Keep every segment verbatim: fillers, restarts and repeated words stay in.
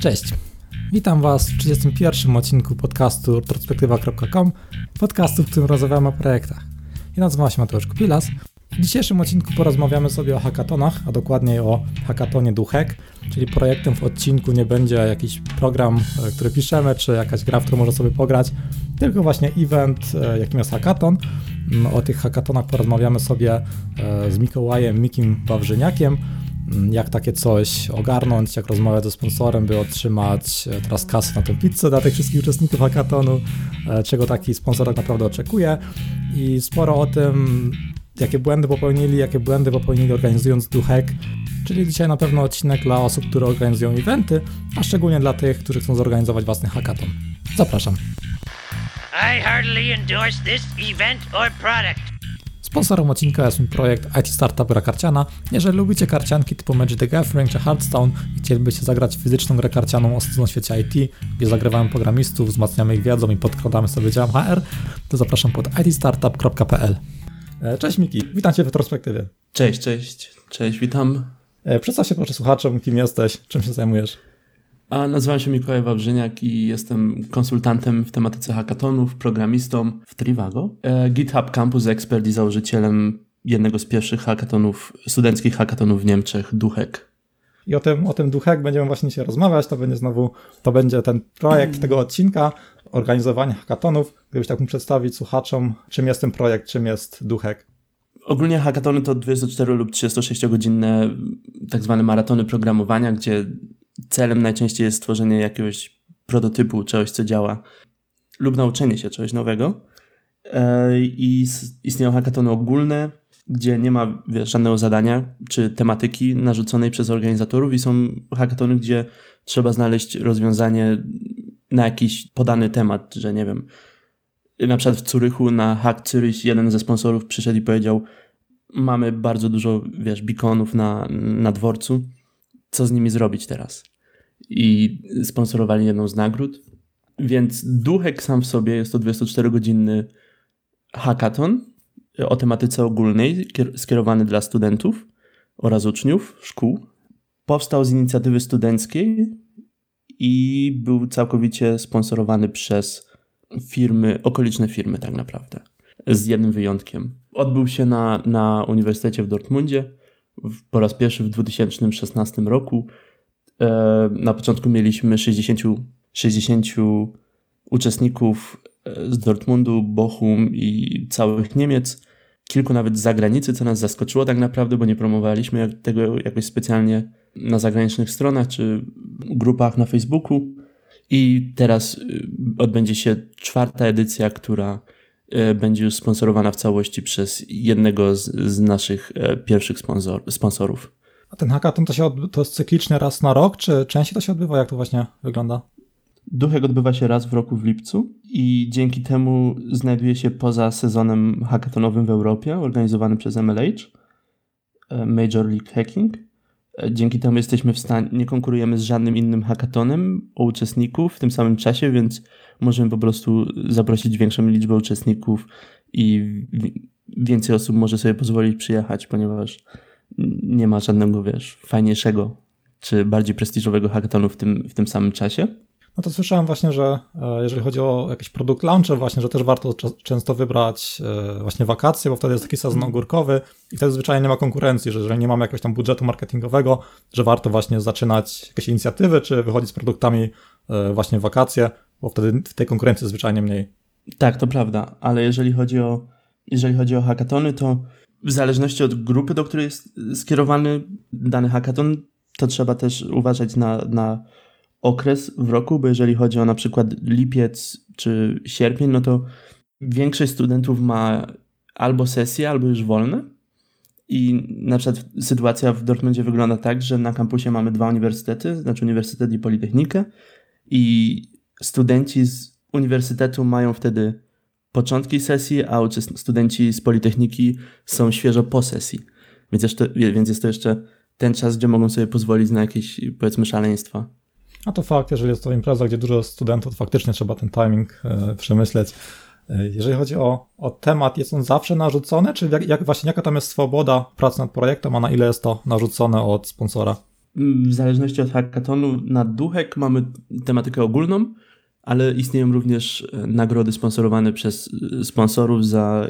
Cześć, witam Was w trzydziestym pierwszym odcinku podcastu retrospektywa kropka com, podcastu, w którym rozmawiamy o projektach. Ja nazywam się Mateusz Kupilas. W dzisiejszym odcinku porozmawiamy sobie o hackathonach, a dokładniej o hackathonie Duhek, czyli projektem w odcinku nie będzie jakiś program, który piszemy, czy jakaś gra, w którą można sobie pograć, tylko właśnie event, jakim jest hackathon. O tych hackathonach porozmawiamy sobie z Mikołajem Mikim Wawrzyniakiem, jak takie coś ogarnąć, jak rozmawiać ze sponsorem, by otrzymać teraz kasę na tę pizzę dla tych wszystkich uczestników hackathonu, czego taki sponsor tak naprawdę oczekuje i sporo o tym, jakie błędy popełnili, jakie błędy popełnili organizując Duhek, czyli dzisiaj na pewno odcinek dla osób, które organizują eventy, a szczególnie dla tych, którzy chcą zorganizować własny hackathon. Zapraszam. I heartily endorse this event or product. Sponsorem odcinka jest mój projekt I T Startup Gra Karciana. Jeżeli lubicie karcianki typu Magic the Gathering czy Hearthstone i chcielibyście zagrać fizyczną grę karcianą o na świecie I T, gdzie zagrywamy programistów, wzmacniamy ich wiedzą i podkradamy sobie działem H R, to zapraszam pod i t startup kropka p l. Cześć Miki, witam Cię w retrospektywie. Cześć, cześć, cześć, witam. Przedstaw się proszę słuchaczom, kim jesteś, czym się zajmujesz. A nazywam się Mikołaj Wawrzyniak i jestem konsultantem w tematyce hackathonów, programistą w Trivago. GitHub Campus Expert i założycielem jednego z pierwszych hackathonów, studenckich hackathonów w Niemczech, Duhek. I o tym, o tym Duhek będziemy właśnie dzisiaj rozmawiać, to będzie znowu, to będzie ten projekt tego odcinka, organizowanie hackathonów. Gdybyś tak mógł przedstawić słuchaczom, czym jest ten projekt, czym jest Duhek. Ogólnie hackathony to dwadzieścia cztery lub trzydziestosześciogodzinne tak zwane maratony programowania, gdzie celem najczęściej jest stworzenie jakiegoś prototypu, czegoś, co działa, lub nauczenie się czegoś nowego. I istnieją hackathony ogólne, gdzie nie ma wiesz, żadnego zadania czy tematyki narzuconej przez organizatorów i są hackathony, gdzie trzeba znaleźć rozwiązanie na jakiś podany temat, że nie wiem, na przykład w Zurychu na Hack Zurich jeden ze sponsorów przyszedł i powiedział: mamy bardzo dużo, wiesz, beaconów na, na dworcu, co z nimi zrobić teraz? I sponsorowali jedną z nagród. Więc Duhek sam w sobie jest to dwudziestoczterogodzinny hackathon o tematyce ogólnej, skierowany dla studentów oraz uczniów szkół. Powstał z inicjatywy studenckiej i był całkowicie sponsorowany przez firmy, okoliczne firmy tak naprawdę, z jednym wyjątkiem. Odbył się na, na Uniwersytecie w Dortmundzie po raz pierwszy w dwa tysiące szesnastym roku. Na początku mieliśmy sześćdziesięciu, sześćdziesięciu uczestników z Dortmundu, Bochum i całych Niemiec. Kilku nawet z zagranicy, co nas zaskoczyło tak naprawdę, bo nie promowaliśmy tego jakoś specjalnie na zagranicznych stronach czy grupach na Facebooku. I teraz odbędzie się czwarta edycja, która będzie już sponsorowana w całości przez jednego z, z naszych pierwszych sponsor, sponsorów. A ten hackathon to, się odby- to jest cyklicznie raz na rok, czy częściej to się odbywa? Jak to właśnie wygląda? Duhek odbywa się raz w roku w lipcu i dzięki temu znajduje się poza sezonem hackathonowym w Europie, organizowanym przez M L H, Major League Hacking. Dzięki temu jesteśmy w stanie, nie konkurujemy z żadnym innym hackathonem o uczestników w tym samym czasie, więc możemy po prostu zaprosić większą liczbę uczestników i więcej osób może sobie pozwolić przyjechać, ponieważ nie ma żadnego, wiesz, fajniejszego czy bardziej prestiżowego hackathonu w tym, w tym samym czasie. No to słyszałem właśnie, że jeżeli chodzi o jakiś produkt launcher właśnie, że też warto często wybrać właśnie wakacje, bo wtedy jest taki sezon ogórkowy i wtedy zwyczajnie nie ma konkurencji, że jeżeli nie mamy jakiegoś tam budżetu marketingowego, że warto właśnie zaczynać jakieś inicjatywy, czy wychodzić z produktami właśnie w wakacje, bo wtedy w tej konkurencji jest zwyczajnie mniej. Tak, to prawda, ale jeżeli chodzi o, jeżeli chodzi o hackathony, to w zależności od grupy, do której jest skierowany dany hackathon, to trzeba też uważać na, na okres w roku, bo jeżeli chodzi o na przykład lipiec czy sierpień, no to większość studentów ma albo sesje, albo już wolne i na przykład sytuacja w Dortmundzie wygląda tak, że na kampusie mamy dwa uniwersytety, znaczy Uniwersytet i Politechnikę i studenci z uniwersytetu mają wtedy początki sesji, a studenci z Politechniki są świeżo po sesji, więc, jeszcze, więc jest to jeszcze ten czas, gdzie mogą sobie pozwolić na jakieś, powiedzmy, szaleństwa. A to fakt, jeżeli jest to impreza, gdzie dużo studentów, to faktycznie trzeba ten timing e, przemyśleć. E, jeżeli chodzi o, o temat, jest on zawsze narzucony, czy jak, jak właśnie jaka tam jest swoboda pracy nad projektem, a na ile jest to narzucone od sponsora? w zależności od hackatonu na Duhek mamy tematykę ogólną, ale istnieją również nagrody sponsorowane przez sponsorów za,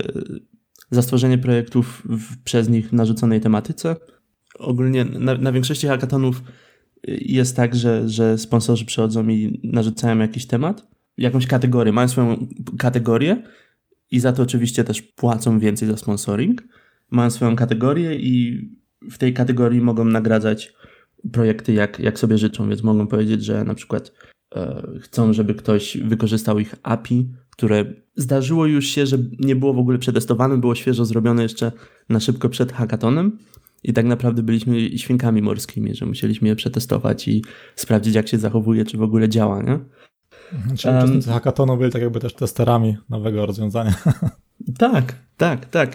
za stworzenie projektów w przez nich narzuconej tematyce. Ogólnie na, na większości hackatonów jest tak, że, że sponsorzy przychodzą i narzucają jakiś temat, jakąś kategorię, mają swoją kategorię i za to oczywiście też płacą więcej za sponsoring. Mają swoją kategorię i w tej kategorii mogą nagradzać projekty jak, jak sobie życzą, więc mogą powiedzieć, że na przykład e, chcą, żeby ktoś wykorzystał ich A P I, które zdarzyło już się, że nie było w ogóle przetestowane, było świeżo zrobione jeszcze na szybko przed hackatonem i tak naprawdę byliśmy świnkami morskimi, że musieliśmy je przetestować i sprawdzić, jak się zachowuje, czy w ogóle działa, nie? Czyli um, uczestnicy hackatonu byli tak jakby też testerami nowego rozwiązania. Tak, tak, tak.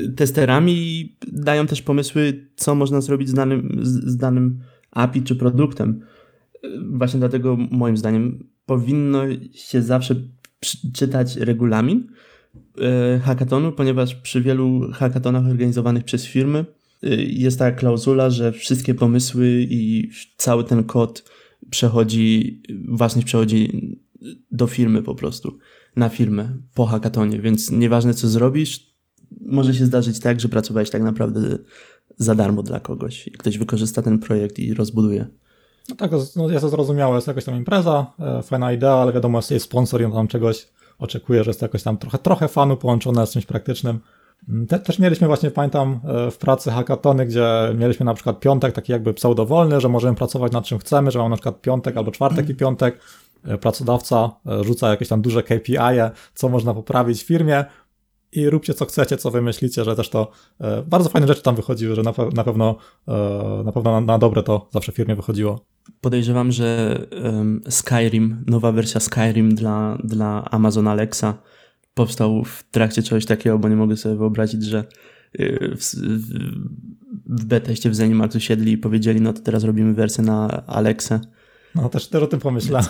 Testerami dają też pomysły, co można zrobić z danym, z danym A P I czy produktem. Właśnie dlatego moim zdaniem powinno się zawsze czytać regulamin hackatonu, ponieważ przy wielu hackatonach organizowanych przez firmy jest taka klauzula, że wszystkie pomysły i cały ten kod przechodzi, własność przechodzi do firmy po prostu, na firmę po hackatonie, więc nieważne co zrobisz, może się zdarzyć tak, że pracowałeś tak naprawdę za darmo dla kogoś i ktoś wykorzysta ten projekt i rozbuduje. No tak, no jest to zrozumiałe, jest jakaś tam impreza, e, fajna idea, ale wiadomo, jest sponsor i on tam czegoś oczekuje, że jest to jakoś tam trochę, trochę fanu połączone z czymś praktycznym. Te, też mieliśmy właśnie, pamiętam, w pracy hackatony, gdzie mieliśmy na przykład piątek taki jakby pseudowolny, że możemy pracować nad czym chcemy, że mamy na przykład piątek albo czwartek i piątek. Pracodawca rzuca jakieś tam duże K P I, co można poprawić w firmie i róbcie co chcecie, co wymyślicie, że też to e, bardzo fajne rzeczy tam wychodziły, że na, pe- na pewno, e, na, pewno na, na dobre to zawsze w firmie wychodziło. Podejrzewam, że um, Skyrim, nowa wersja Skyrim dla, dla Amazon Alexa powstał w trakcie czegoś takiego, bo nie mogę sobie wyobrazić, że w, w, w Bethesdzie w Zenimax siedli i powiedzieli, no to teraz robimy wersję na Alexę. No też, też o tym pomyślałem.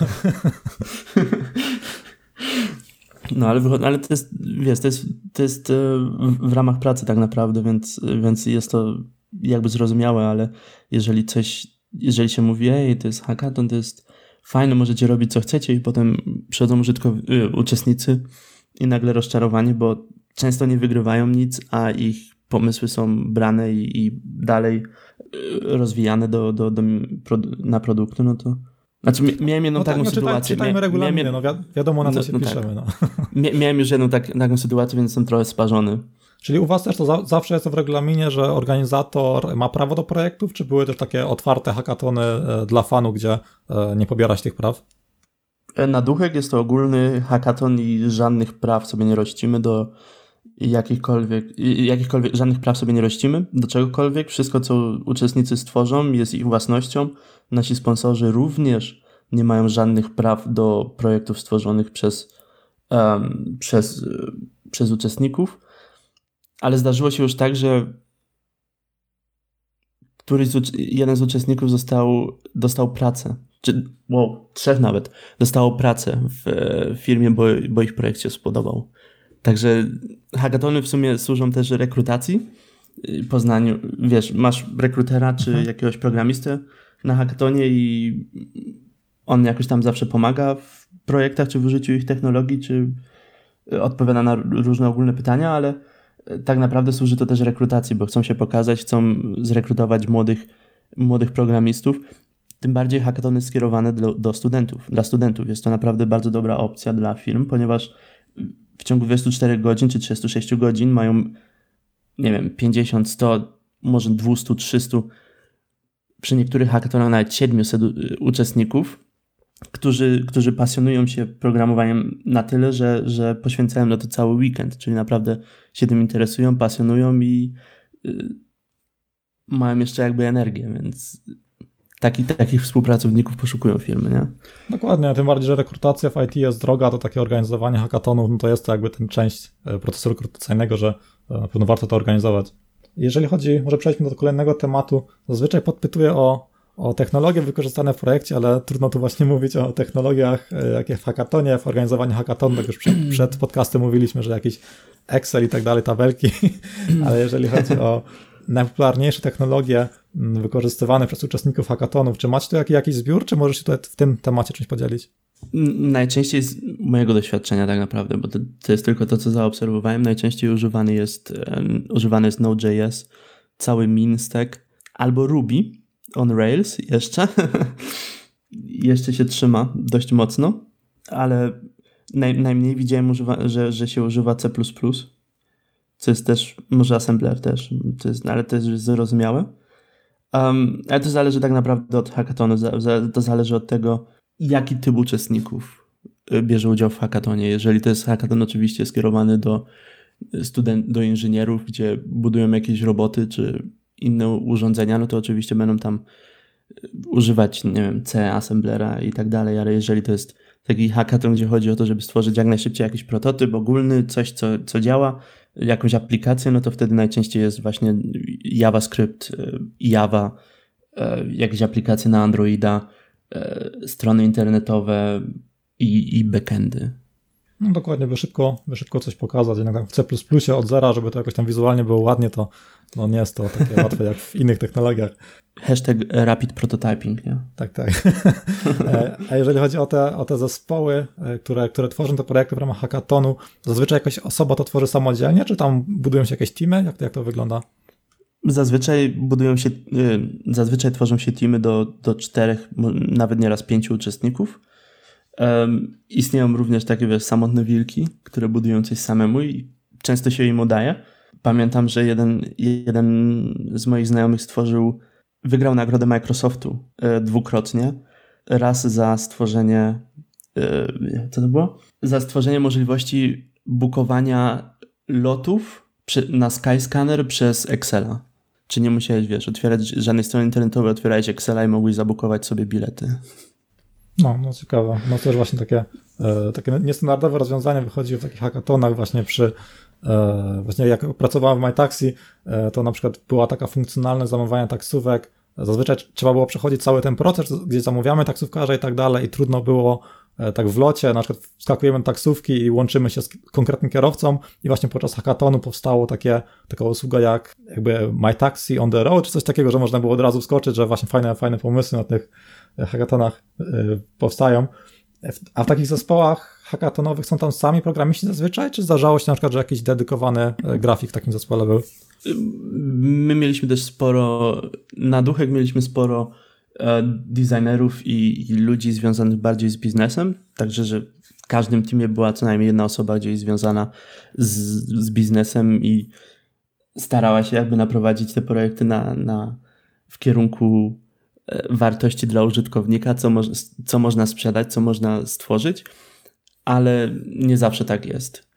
No ale, ale to jest, wiesz, to jest, to jest w ramach pracy tak naprawdę, więc, więc jest to jakby zrozumiałe, ale jeżeli coś, jeżeli się mówi, ej, to jest hackathon, to jest fajne, możecie robić co chcecie i potem przychodzą użytkow- uczestnicy i nagle rozczarowanie, bo często nie wygrywają nic, a ich pomysły są brane i, i dalej rozwijane do, do, do, na produkty, no to... Znaczy miałem jedną no taką tak, sytuację. Czytaj, czytajmy regulaminy, no wi- wiadomo na co no, się no piszemy. Tak. No. Miałem już jedną tak, taką sytuację, więc jestem trochę sparzony. Czyli u was też to za- zawsze jest w regulaminie, że organizator ma prawo do projektów, czy były też takie otwarte hackatony e, dla fanu, gdzie e, nie pobierasz tych praw? Na Duchek jest to ogólny hackathon i żadnych praw sobie nie rościmy do jakichkolwiek, jakichkolwiek, żadnych praw sobie nie rościmy do czegokolwiek. Wszystko, co uczestnicy stworzą, jest ich własnością. Nasi sponsorzy również nie mają żadnych praw do projektów stworzonych przez, um, przez, przez uczestników. Ale zdarzyło się już tak, że któryś z, jeden z uczestników został, dostał pracę. Czy, wow, trzech nawet, dostało pracę w, w firmie, bo, bo ich projekt się spodobał. Także hackatony w sumie służą też rekrutacji, poznaniu, wiesz, masz rekrutera czy mhm. jakiegoś programistę na hackatonie i on jakoś tam zawsze pomaga w projektach, czy w użyciu ich technologii, czy odpowiada na różne ogólne pytania, ale tak naprawdę służy to też rekrutacji, bo chcą się pokazać, chcą zrekrutować młodych, młodych programistów. Tym bardziej hackatony skierowane do, do studentów. Dla studentów jest to naprawdę bardzo dobra opcja dla firm, ponieważ w ciągu dwudziestu czterech godzin czy trzydziestu sześciu godzin mają, nie wiem, pięćdziesiąt, sto, może dwieście, trzysta, przy niektórych hackatonach nawet siedemset uczestników, którzy, którzy pasjonują się programowaniem na tyle, że, że poświęcają na to cały weekend, czyli naprawdę się tym interesują, pasjonują i yy, mają jeszcze jakby energię, więc taki, takich współpracowników poszukują firmy, nie? Dokładnie, tym bardziej, że rekrutacja w I T jest droga, to takie organizowanie hackatonów, no to jest to jakby ten część procesu rekrutacyjnego, że na pewno warto to organizować. Jeżeli chodzi, może przejdźmy do kolejnego tematu, zazwyczaj podpytuję o, o technologie wykorzystane w projekcie, ale trudno tu właśnie mówić o technologiach, jakie w hackatonie, w organizowaniu hackatonu, tak już przed, przed podcastem mówiliśmy, że jakiś Excel i tak dalej, tabelki, ale jeżeli chodzi o najpopularniejsze technologie wykorzystywane przez uczestników hackathonów. Czy macie tu jakiś, jakiś zbiór, czy możesz się tutaj w tym temacie czymś podzielić? Najczęściej z mojego doświadczenia tak naprawdę, bo to, to jest tylko to, co zaobserwowałem, najczęściej używany jest, um, używany jest Node.js, cały min stack, albo Ruby on Rails jeszcze. jeszcze się trzyma dość mocno, ale naj, najmniej widziałem, używa, że, że się używa C plus plus, co jest też, może assembler też, to jest, ale to jest zrozumiałe. Um, ale to zależy tak naprawdę od hackathonu, za, za, to zależy od tego, jaki typ uczestników bierze udział w hackathonie. Jeżeli to jest hackathon oczywiście skierowany do student, do inżynierów, gdzie budują jakieś roboty czy inne urządzenia, no to oczywiście będą tam używać, nie wiem, C, assemblera i tak dalej, ale jeżeli to jest taki hackathon, gdzie chodzi o to, żeby stworzyć jak najszybciej jakiś prototyp ogólny, coś, co, co działa, jakąś aplikację, no to wtedy najczęściej jest właśnie JavaScript, Java, jakieś aplikacje na Androida, strony internetowe i, i backendy. No dokładnie, by szybko, by szybko coś pokazać. Jednak w C plus plus od zera, żeby to jakoś tam wizualnie było ładnie, to no nie jest to takie łatwe jak w innych technologiach. Hashtag rapid prototyping, nie? Tak, tak. A jeżeli chodzi o te, o te zespoły, które, które tworzą te projekty w ramach hackathonu, zazwyczaj jakaś osoba to tworzy samodzielnie, czy tam budują się jakieś teamy? Jak to, jak to wygląda? Zazwyczaj budują się, zazwyczaj tworzą się teamy do, do czterech, nawet nieraz pięciu uczestników. Um, istnieją również takie, wiesz, samotne wilki, które budują coś samemu i często się im udaje. Pamiętam, że jeden, jeden z moich znajomych stworzył, wygrał nagrodę Microsoftu e, dwukrotnie. Raz za stworzenie, e, co to było? Za stworzenie możliwości bookowania lotów przy, na Skyscanner przez Excela. Czy nie musiałeś, wiesz, otwierać żadnej strony internetowej, otwierałeś Excela i mogłeś zabukować sobie bilety. No, no ciekawe. No też właśnie takie, e, takie niestandardowe rozwiązania wychodzi w takich hackathonach właśnie przy, e, właśnie jak pracowałem w MyTaxi, e, to na przykład była taka funkcjonalność zamawiania taksówek. Zazwyczaj trzeba było przechodzić cały ten proces, gdzie zamawiamy taksówkarza i tak dalej i trudno było e, tak w locie, na przykład wskakujemy do taksówki i łączymy się z konkretnym kierowcą i właśnie podczas hackathonu powstało takie, taka usługa jak jakby MyTaxi on the road, czy coś takiego, że można było od razu wskoczyć, że właśnie fajne, fajne pomysły na tych hackathonach y, powstają. A w takich zespołach hackathonowych są tam sami programiści zazwyczaj, czy zdarzało się na przykład, że jakiś dedykowany grafik w takim zespole był? My mieliśmy też sporo, na Duchek mieliśmy sporo e, designerów i, i ludzi związanych bardziej z biznesem, także, że w każdym teamie była co najmniej jedna osoba gdzieś związana z, z biznesem i starała się jakby naprowadzić te projekty na, na, w kierunku wartości dla użytkownika, co, mo- co można sprzedać, co można stworzyć, ale nie zawsze tak jest.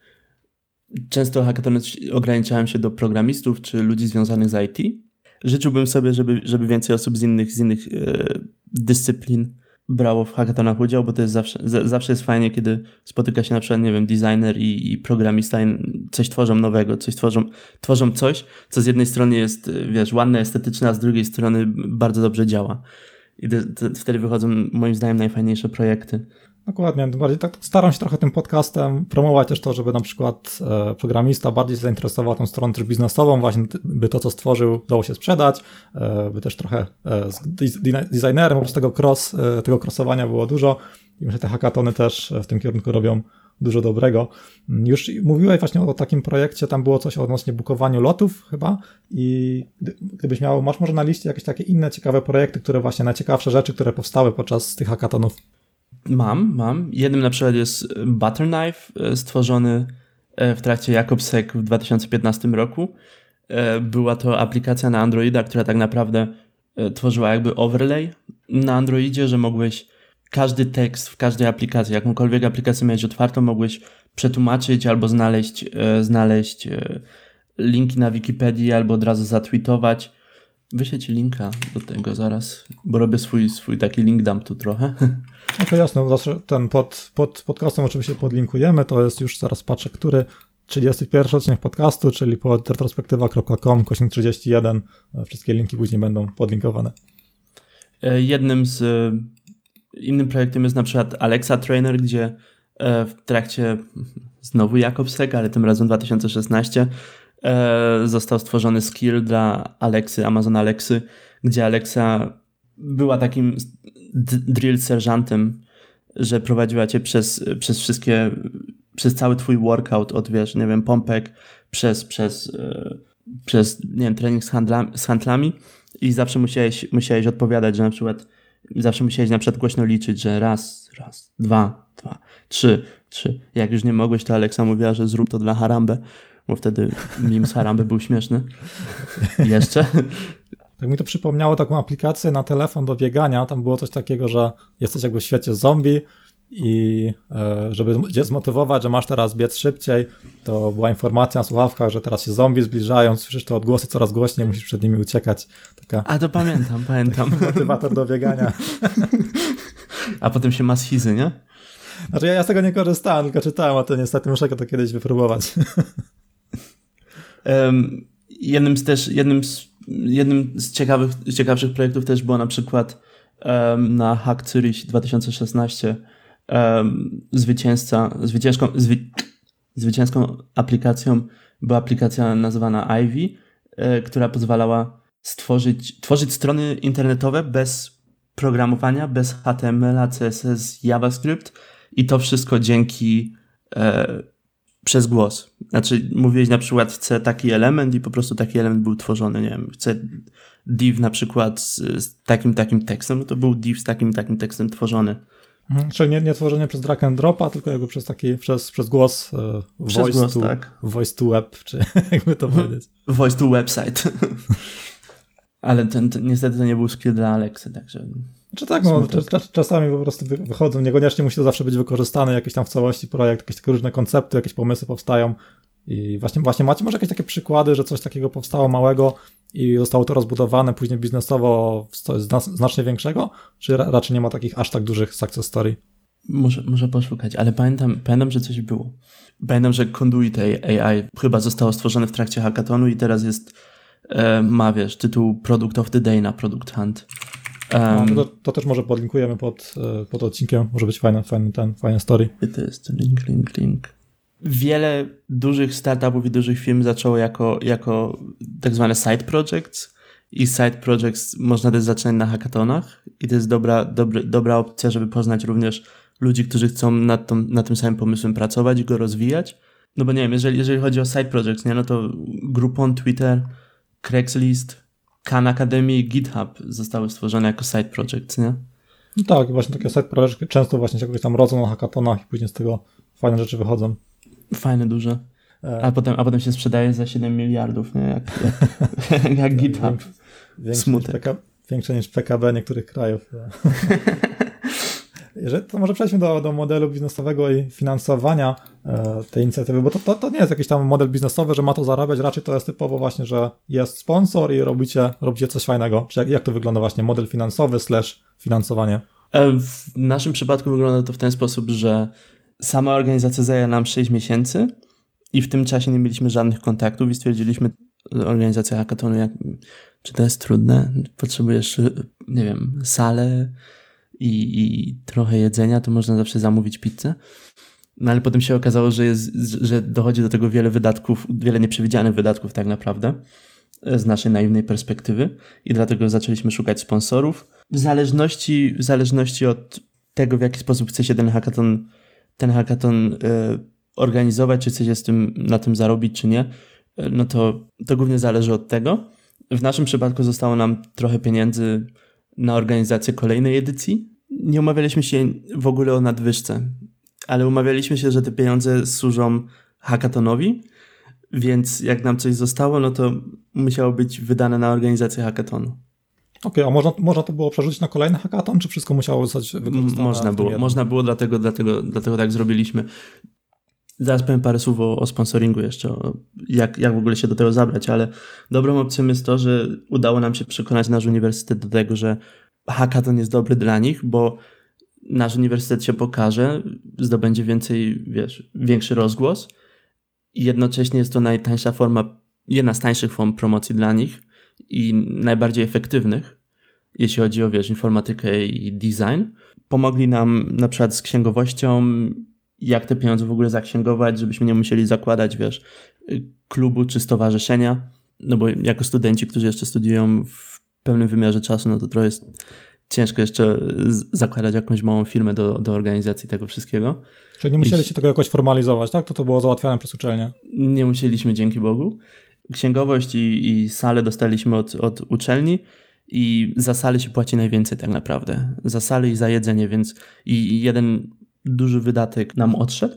Często hackathony ograniczałem się do programistów czy ludzi związanych z I T. Życzyłbym sobie, żeby, żeby więcej osób z innych, z innych e, dyscyplin brało w hackathonach udział, bo to jest zawsze, z, zawsze jest fajnie, kiedy spotyka się na przykład, nie wiem, designer i, i programista i coś tworzą nowego, coś tworzą, tworzą coś, co z jednej strony jest, wiesz, ładne, estetyczne, a z drugiej strony bardzo dobrze działa. I to, to, wtedy wychodzą moim zdaniem najfajniejsze projekty. Dokładnie, bardziej tak staram się trochę tym podcastem promować też to, żeby na przykład e, programista bardziej się zainteresował tą stroną też biznesową, właśnie by to, co stworzył, dało się sprzedać, e, by też trochę e, z designerem, po prostu tego, cross, e, tego crossowania było dużo i myślę, że te hackathony też w tym kierunku robią dużo dobrego. Już mówiłeś właśnie o takim projekcie, tam było coś odnośnie bukowaniu lotów chyba i gdybyś miał, masz może na liście jakieś takie inne ciekawe projekty, które właśnie najciekawsze rzeczy, które powstały podczas tych hackathonów? Mam, mam. Jednym na przykład jest Butterknife, stworzony w trakcie Jakobsec w dwa tysiące piętnastym roku. Była to aplikacja na Androida, która tak naprawdę tworzyła jakby overlay na Androidzie, że mogłeś każdy tekst w każdej aplikacji, jakąkolwiek aplikację miałeś otwartą, mogłeś przetłumaczyć albo znaleźć, znaleźć linki na Wikipedii, albo od razu zatweetować. Wyślę ci linka do tego zaraz, bo robię swój, swój taki link dump tu trochę. No to jasne, zawsze ten pod, pod podcastem oczywiście podlinkujemy, to jest już, zaraz patrzę, który trzydziesty pierwszy odcinek podcastu, czyli pod retrospektywa kropka com, kośnik trzydzieści jeden, wszystkie linki później będą podlinkowane. Jednym z, innym projektem jest na przykład Alexa Trainer, gdzie w trakcie, znowu Jakobsec, ale tym razem dwa tysiące szesnasty, e, został stworzony skill dla Alexy, Amazon Alexy, gdzie Alexa była takim d- drill sergeantem, że prowadziła cię przez, przez wszystkie, przez cały twój workout od, wiesz, nie wiem, pompek, przez, przez, e, przez nie wiem, trening z, handla, z handlami i zawsze musiałeś, musiałeś odpowiadać, że na przykład zawsze musiałeś na przykład głośno liczyć, że raz, raz, dwa, dwa, trzy, trzy. Jak już nie mogłeś, to Alexa mówiła, że zrób to dla Harambe, bo wtedy meme z Harambe był śmieszny. I jeszcze. Tak mi to przypomniało taką aplikację na telefon do biegania. Tam było coś takiego, że jesteś jakby w świecie zombie i e, żeby cię zmotywować, że masz teraz biec szybciej, to była informacja na słuchawkach, że teraz się zombie zbliżają, słyszysz te odgłosy coraz głośniej, musisz przed nimi uciekać. Taka, A to pamiętam, pamiętam. motywator do biegania. A potem się ma schizy, nie? Znaczy ja, ja z tego nie korzystałem, tylko czytałem, a to niestety muszę to kiedyś wypróbować. Um, jednym z też, jednym z, jednym z ciekawych, z ciekawszych projektów też było na przykład um, na Hack Zurich dwa tysiące szesnaście um, zwycięzca, zwycięską, zwy, zwycięską aplikacją była aplikacja nazywana Ivy, y, która pozwalała stworzyć, tworzyć strony internetowe bez programowania, bez H T M L a, C S S, JavaScript i to wszystko dzięki e, przez głos. Znaczy mówiłeś na przykład chcę taki element i po prostu taki element był tworzony, nie wiem, chcę div na przykład z, z takim takim tekstem, no to był div z takim takim tekstem tworzony. Mhm, czyli nie, nie tworzenie przez drag and dropa, tylko jakby przez taki, przez, przez głos, e, przez voice, głos, to, tak. voice to web, czy jakby to powiedzieć. Voice to website. Ale ten, ten, niestety to nie był skill dla Alexy, także... Czy tak, no, czas, czasami po prostu wychodzą, niekoniecznie musi to zawsze być wykorzystane, jakieś tam w całości projekt, jakieś takie różne koncepty, jakieś pomysły powstają i właśnie, właśnie macie może jakieś takie przykłady, że coś takiego powstało małego i zostało to rozbudowane później biznesowo w coś znacznie większego, czy ra, raczej nie ma takich aż tak dużych success story? Muszę, muszę poszukać, ale pamiętam, pamiętam, że coś było. Pamiętam, że Conduit A I chyba zostało stworzone w trakcie hackathonu i teraz jest, e, ma wiesz, tytuł Product of the Day na Product Hunt. Um, no, to, to też może podlinkujemy pod, pod odcinkiem, może być fajny, fajny ten, fajny story. To jest link, link, link. Wiele dużych startupów i dużych firm zaczęło jako, jako tak zwane side projects i side projects można też zacząć na hackathonach i to jest dobra, dobra, dobra opcja, żeby poznać również ludzi, którzy chcą nad, tą, nad tym samym pomysłem pracować i go rozwijać. No bo nie wiem, jeżeli, jeżeli chodzi o side projects, nie, no to Groupon, Twitter, Craigslist, Khan Academy i GitHub zostały stworzone jako side projects, nie? No tak, właśnie takie side projects często właśnie się jakoś tam rodzą na hackathonach i później z tego fajne rzeczy wychodzą. Fajne, duże. A potem, a potem się sprzedaje za siedem miliardów, nie? Jak, jak, jak GitHub. Większe niż, P K, większe niż P K B niektórych krajów. Jeżeli, to może przejdźmy do, do modelu biznesowego i finansowania e, tej inicjatywy, bo to, to, to nie jest jakiś tam model biznesowy, że ma to zarabiać, raczej to jest typowo właśnie, że jest sponsor i robicie, robicie coś fajnego. Czy jak, jak to wygląda właśnie model finansowy slash finansowanie? W naszym przypadku wygląda to w ten sposób, że sama organizacja zajęła nam sześć miesięcy i w tym czasie nie mieliśmy żadnych kontaktów i stwierdziliśmy, organizacja hackathonu, jak, czy to jest trudne? Potrzebujesz, nie wiem, salę i, i trochę jedzenia, to można zawsze zamówić pizzę. No ale potem się okazało, że, jest, że dochodzi do tego wiele wydatków, wiele nieprzewidzianych wydatków tak naprawdę z naszej naiwnej perspektywy i dlatego zaczęliśmy szukać sponsorów. W zależności, w zależności od tego, w jaki sposób chce się ten hackathon, ten hackathon y, organizować, czy chce się z tym, na tym zarobić, czy nie, y, no to, to głównie zależy od tego. W naszym przypadku zostało nam trochę pieniędzy na organizację kolejnej edycji. Nie umawialiśmy się w ogóle o nadwyżce, ale umawialiśmy się, że te pieniądze służą hackathonowi, więc jak nam coś zostało, no to musiało być wydane na organizację hackathonu. Okej, okay, a można, można to było przerzucić na kolejny hackathon, czy wszystko musiało zostać wykorzystane? Można było, można było, dlatego, dlatego, dlatego tak zrobiliśmy. Zaraz powiem parę słów o, o sponsoringu jeszcze, o jak, jak w ogóle się do tego zabrać, ale dobrą opcją jest to, że udało nam się przekonać nasz uniwersytet do tego, że hackathon jest dobry dla nich, bo nasz uniwersytet się pokaże, zdobędzie więcej, wiesz, większy rozgłos i jednocześnie jest to najtańsza forma, jedna z tańszych form promocji dla nich i najbardziej efektywnych, jeśli chodzi o, wiesz, informatykę i design. Pomogli nam na przykład z księgowością, jak te pieniądze w ogóle zaksięgować, żebyśmy nie musieli zakładać, wiesz, klubu czy stowarzyszenia, no bo jako studenci, którzy jeszcze studiują w pełnym wymiarze czasu, no to trochę jest ciężko jeszcze zakładać jakąś małą firmę do, do organizacji tego wszystkiego. Czyli nie musieliście I... tego jakoś formalizować, tak? To to było załatwiane przez uczelnię? Nie musieliśmy, dzięki Bogu. Księgowość i, i salę dostaliśmy od, od uczelni i za salę się płaci najwięcej tak naprawdę. Za salę i za jedzenie, więc i jeden duży wydatek nam odszedł.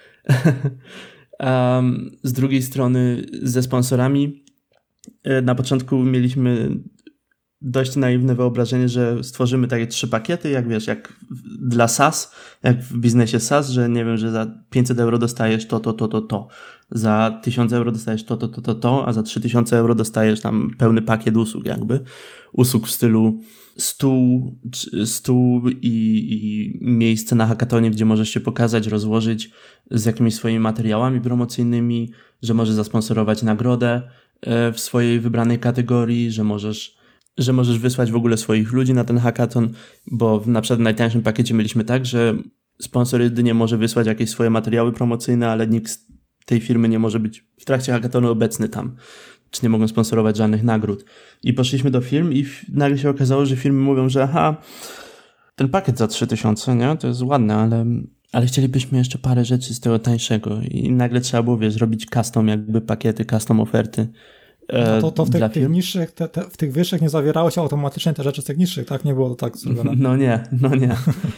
um, z drugiej strony ze sponsorami na początku mieliśmy dość naiwne wyobrażenie, że stworzymy takie trzy pakiety, jak wiesz, jak dla SaaS, jak w biznesie SaaS, że nie wiem, że za pięćset euro dostajesz to, to, to, to, to. Za tysiąc euro dostajesz to, to, to, to, to, a za trzy tysiące euro dostajesz tam pełny pakiet usług jakby. Usług w stylu stół, stół i, i miejsce na hackatonie, gdzie możesz się pokazać, rozłożyć z jakimiś swoimi materiałami promocyjnymi, że możesz zasponsorować nagrodę w swojej wybranej kategorii, że możesz że możesz wysłać w ogóle swoich ludzi na ten hackathon, bo na przykład w najtańszym pakiecie mieliśmy tak, że sponsor jedynie może wysłać jakieś swoje materiały promocyjne, ale nikt z tej firmy nie może być w trakcie hackathonu obecny tam, czy nie mogą sponsorować żadnych nagród. I poszliśmy do firm i nagle się okazało, że firmy mówią, że aha, ten pakiet za trzy tysiące, nie, to jest ładne, ale, ale chcielibyśmy jeszcze parę rzeczy z tego tańszego i nagle trzeba było, wiesz, robić custom jakby pakiety, custom oferty. No to, to w, tych, tych niższych, te, te, w tych wyższych nie zawierało się automatycznie te rzeczy z tych niższych, tak? Nie było to tak zrobione. No nie, no nie.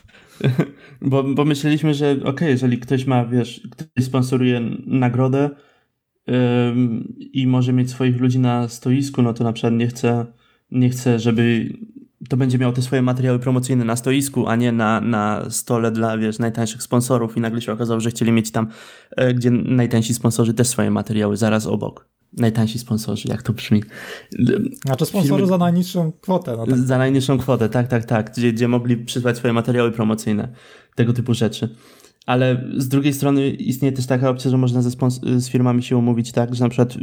bo, bo myśleliśmy, że okej, okay, jeżeli ktoś ma, wiesz, ktoś sponsoruje nagrodę ym, i może mieć swoich ludzi na stoisku, no to na przykład nie chce, nie chce, żeby to będzie miał te swoje materiały promocyjne na stoisku, a nie na, na stole dla, wiesz, najtańszych sponsorów i nagle się okazało, że chcieli mieć tam, e, gdzie najtańsi sponsorzy też swoje materiały zaraz obok. Najtańsi sponsorzy, jak to brzmi. Znaczy sponsorzy Firmy... za najniższą kwotę. No tak. Za najniższą kwotę, tak, tak, tak. Gdzie, gdzie mogli przysłać swoje materiały promocyjne. Tego typu rzeczy. Ale z drugiej strony istnieje też taka opcja, że można ze spons- z firmami się umówić tak, że na przykład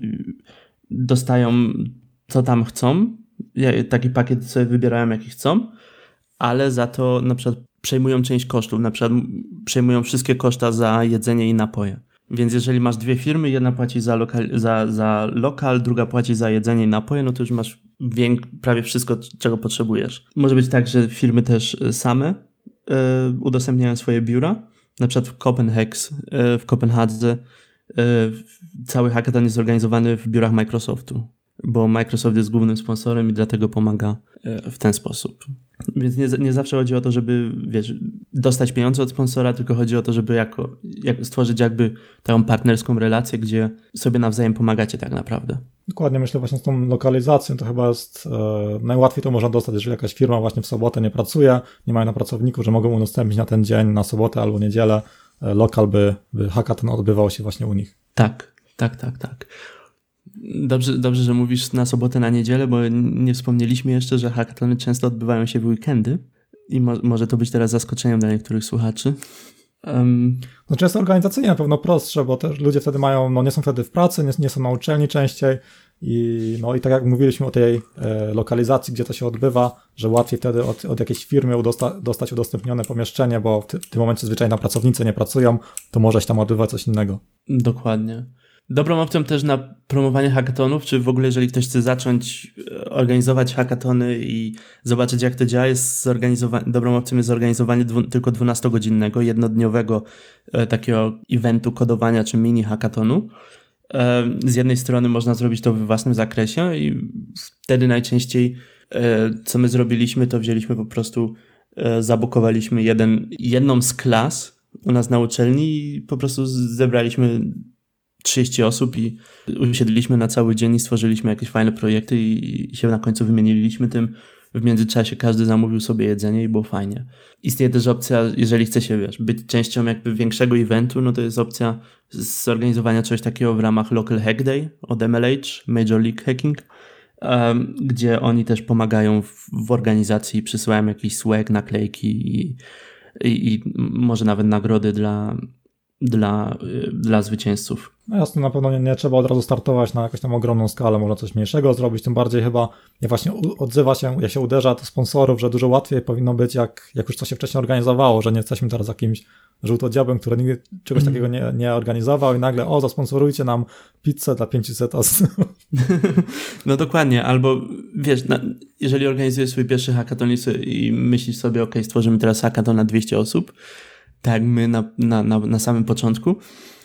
dostają co tam chcą. Taki pakiet sobie wybierają jaki chcą, ale za to na przykład przejmują część kosztów. Na przykład przejmują wszystkie koszta za jedzenie i napoje. Więc jeżeli masz dwie firmy, jedna płaci za lokal, za, za lokal, druga płaci za jedzenie i napoje, no to już masz więk, prawie wszystko, czego potrzebujesz. Może być tak, że firmy też same y, udostępniają swoje biura. Na przykład w Copenhagen, y, w Kopenhadze y, cały hackathon jest zorganizowany w biurach Microsoftu, bo Microsoft jest głównym sponsorem i dlatego pomaga y, w ten sposób. Więc nie, nie zawsze chodzi o to, żeby, wiesz, dostać pieniądze od sponsora, tylko chodzi o to, żeby jako, jak stworzyć jakby taką partnerską relację, gdzie sobie nawzajem pomagacie tak naprawdę. Dokładnie, myślę właśnie z tą lokalizacją to chyba jest e, najłatwiej to można dostać, jeżeli jakaś firma właśnie w sobotę nie pracuje, nie mają na pracowników, że mogą udostępnić na ten dzień, na sobotę albo niedzielę e, lokal, by, by hackathon odbywał się właśnie u nich. Tak, tak, tak, tak. Dobrze, dobrze, że mówisz na sobotę, na niedzielę, bo nie wspomnieliśmy jeszcze, że hackathony często odbywają się w weekendy i mo- może to być teraz zaskoczeniem dla niektórych słuchaczy. Um... No często organizacyjnie na pewno prostsze, bo też ludzie wtedy mają, no nie są wtedy w pracy, nie, nie są na uczelni częściej i no i tak jak mówiliśmy o tej e, lokalizacji, gdzie to się odbywa, że łatwiej wtedy od, od jakiejś firmy udosta- dostać udostępnione pomieszczenie, bo w, ty- w tym momencie zwyczajnie pracownicy nie pracują, to może się tam odbywać coś innego. Dokładnie. Dobrą opcją też na promowanie hackathonów, czy w ogóle jeżeli ktoś chce zacząć organizować hackathony i zobaczyć jak to działa, jest zorganizowanie, dobrą opcją jest zorganizowanie dwu, tylko dwunastogodzinnego, jednodniowego e, takiego eventu kodowania czy mini hackathonu. E, z jednej strony można zrobić to we własnym zakresie i wtedy najczęściej e, co my zrobiliśmy, to wzięliśmy po prostu, e, zabukowaliśmy jeden, jedną z klas u nas na uczelni i po prostu zebraliśmy trzydzieści osób i usiedliśmy na cały dzień i stworzyliśmy jakieś fajne projekty i się na końcu wymieniliśmy tym. W międzyczasie każdy zamówił sobie jedzenie i było fajnie. Istnieje też opcja, jeżeli chce się, wiesz, być częścią jakby większego eventu, no to jest opcja zorganizowania czegoś takiego w ramach Local Hack Day od M L H, Major League Hacking, um, gdzie oni też pomagają w, w organizacji, przysyłają jakiś swag, naklejki i, i, i może nawet nagrody dla dla, dla zwycięzców. No jasne, na pewno nie, nie trzeba od razu startować na jakąś tam ogromną skalę, można coś mniejszego zrobić, tym bardziej chyba jak właśnie odzywa się, jak się uderza do sponsorów, że dużo łatwiej powinno być, jak, jak już coś się wcześniej organizowało, że nie jesteśmy teraz jakimś żółtodziobem, który nigdy czegoś takiego nie, nie organizował i nagle o, zasponsorujcie nam pizzę dla pięćset osób. No dokładnie, albo wiesz, na, jeżeli organizujesz swój pierwszy hackathon i myślisz sobie, ok, stworzymy teraz hackathon na dwieście osób, tak my na, na, na, na samym początku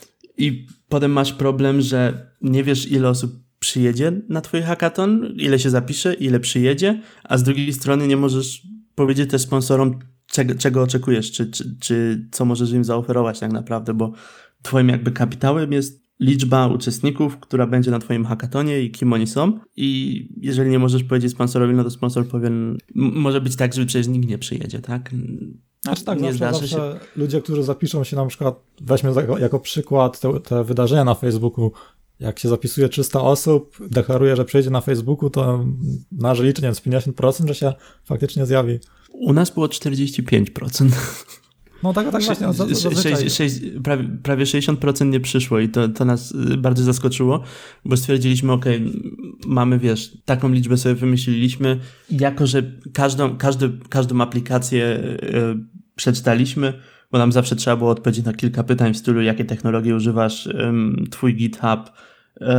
i potem masz problem, że nie wiesz, ile osób przyjedzie na twój hackathon, ile się zapisze, ile przyjedzie, a z drugiej strony nie możesz powiedzieć też sponsorom, czego, czego oczekujesz, czy, czy, czy co możesz im zaoferować tak naprawdę, bo twoim jakby kapitałem jest liczba uczestników, która będzie na twoim hackatonie i kim oni są i jeżeli nie możesz powiedzieć sponsorowi, no to sponsor powie, m- może być tak, że przecież nikt nie przyjedzie, tak? Znaczy tak, nie zawsze, zdarzy zawsze się. ludzie, którzy zapiszą się na przykład, weźmy jako, jako przykład te, te wydarzenia na Facebooku, jak się zapisuje trzysta osób, deklaruje, że przyjdzie na Facebooku, to należy liczyć, nie wiem, z pięćdziesiąt procent, że się faktycznie zjawi. U nas było czterdzieści pięć procent. No tak, tak właśnie. Sze- sześć, sześć, prawie, prawie sześćdziesiąt procent nie przyszło i to, to nas bardzo zaskoczyło, bo stwierdziliśmy, ok, mamy, wiesz, taką liczbę sobie wymyśliliśmy, jako że każdą, każdy, każdą aplikację yy, przeczytaliśmy, bo nam zawsze trzeba było odpowiedzieć na kilka pytań w stylu, jakie technologie używasz, yy, twój GitHub yy,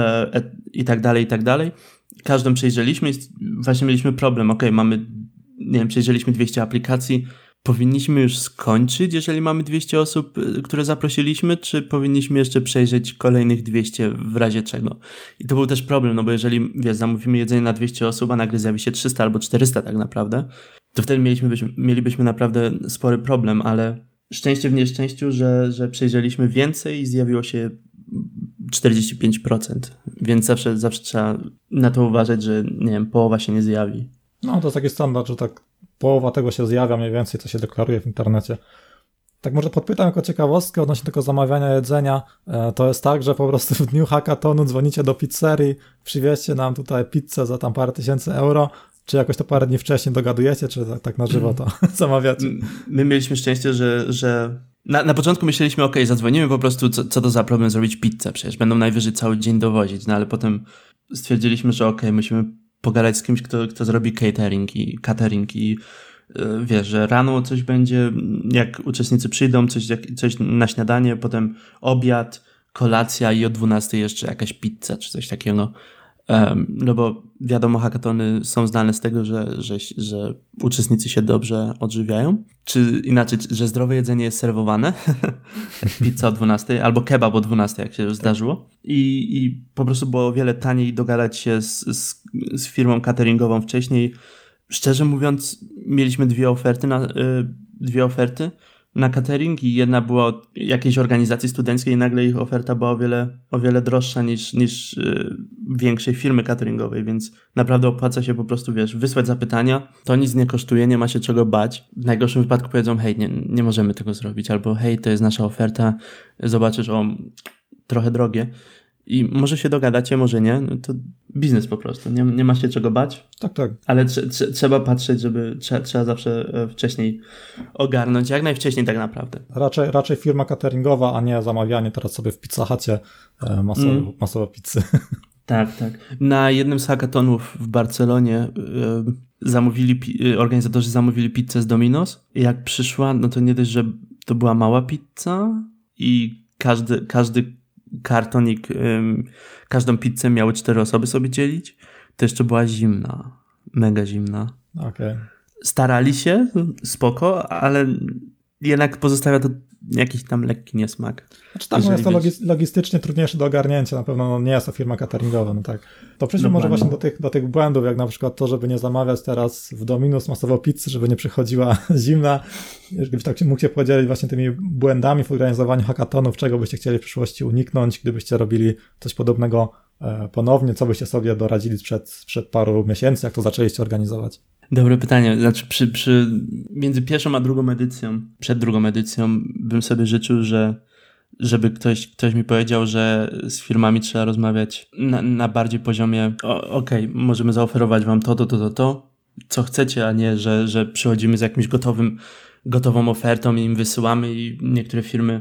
i tak dalej, i tak dalej. Każdą przejrzeliśmy i właśnie mieliśmy problem, ok, mamy, nie wiem, przejrzeliśmy dwieście aplikacji, powinniśmy już skończyć, jeżeli mamy dwieście osób, które zaprosiliśmy, czy powinniśmy jeszcze przejrzeć kolejnych dwieście w razie czego? I to był też problem, no bo jeżeli, wiesz, zamówimy jedzenie na dwieście osób, a nagle zjawi się trzysta albo czterysta tak naprawdę, to wtedy mieliśmy, mielibyśmy naprawdę spory problem, ale szczęście w nieszczęściu, że, że przejrzeliśmy więcej i zjawiło się czterdzieści pięć procent, więc zawsze, zawsze trzeba na to uważać, że, nie wiem, połowa się nie zjawi. No to jest taki standard, że tak połowa tego się zjawia mniej więcej, co się deklaruje w internecie. Tak może podpytam jako ciekawostkę odnośnie tego zamawiania jedzenia. To jest tak, że po prostu w dniu hackathonu dzwonicie do pizzerii, przywieźcie nam tutaj pizzę za tam parę tysięcy euro, czy jakoś to parę dni wcześniej dogadujecie, czy tak, tak na żywo to zamawiacie? My mieliśmy szczęście, że, że na, na początku myśleliśmy, ok, zadzwonimy po prostu, co, co to za problem zrobić pizzę, przecież będą najwyżej cały dzień dowozić, no ale potem stwierdziliśmy, że ok, musimy pogadać z kimś, kto, kto zrobi catering i catering i yy, wiesz, że rano coś będzie, jak uczestnicy przyjdą, coś, jak, coś na śniadanie, potem obiad, kolacja i o dwunastej jeszcze jakaś pizza czy coś takiego. Um, no bo wiadomo, hackatony są znane z tego, że, że, że uczestnicy się dobrze odżywiają. Czy inaczej, że zdrowe jedzenie jest serwowane. Pizza o dwunastej albo kebab o dwunastej, jak się już zdarzyło. I, i po prostu było o wiele taniej dogadać się z, z, z firmą cateringową wcześniej. Szczerze mówiąc, mieliśmy dwie oferty na, y, dwie oferty na catering i jedna była od jakiejś organizacji studenckiej i nagle ich oferta była o wiele, o wiele droższa niż, niż yy, większej firmy cateringowej, więc naprawdę opłaca się po prostu, wiesz, wysłać zapytania, to nic nie kosztuje, nie ma się czego bać. W najgorszym wypadku powiedzą, hej, nie, nie możemy tego zrobić, albo hej, to jest nasza oferta, zobaczysz, o, trochę drogie. I może się dogadacie, może nie, no to biznes po prostu, nie, nie ma się czego bać. Tak, tak. Ale tr- tr- trzeba patrzeć, żeby trzeba, trzeba zawsze wcześniej ogarnąć, jak najwcześniej tak naprawdę. Raczej, raczej firma cateringowa, a nie zamawianie teraz sobie w Pizza Hucie masowe, mm. masowe pizzy. Tak, tak. Na jednym z hackathonów w Barcelonie yy, zamówili, yy, organizatorzy zamówili pizzę z Domino's i jak przyszła, no to nie dość, że to była mała pizza i każdy, każdy kartonik, ym, każdą pizzę miały cztery osoby sobie dzielić, to jeszcze była zimna, mega zimna. Okej. Okay. Starali się, spoko, ale jednak pozostawia to jakiś tam lekki niesmak. Znaczy tak, no jest to logis- logistycznie trudniejsze do ogarnięcia, na pewno no nie jest to firma cateringowa, no tak. To przejdźmy może właśnie do tych, do tych błędów, jak na przykład to, żeby nie zamawiać teraz w Domino's masowo pizzy, żeby nie przychodziła zimna. Gdybyś tak mógł się podzielić właśnie tymi błędami w organizowaniu hackathonów, czego byście chcieli w przyszłości uniknąć, gdybyście robili coś podobnego e, ponownie, co byście sobie doradzili sprzed, sprzed paru miesięcy, jak to zaczęliście organizować? Dobre pytanie. Znaczy przy, przy, między pierwszą a drugą edycją, przed drugą edycją bym sobie życzył, że żeby ktoś, ktoś mi powiedział, że z firmami trzeba rozmawiać na, na bardziej poziomie okej, okay, możemy zaoferować wam to, to, to, to, to, co chcecie, a nie, że, że przychodzimy z jakimś gotowym, gotową ofertą i im wysyłamy i niektóre firmy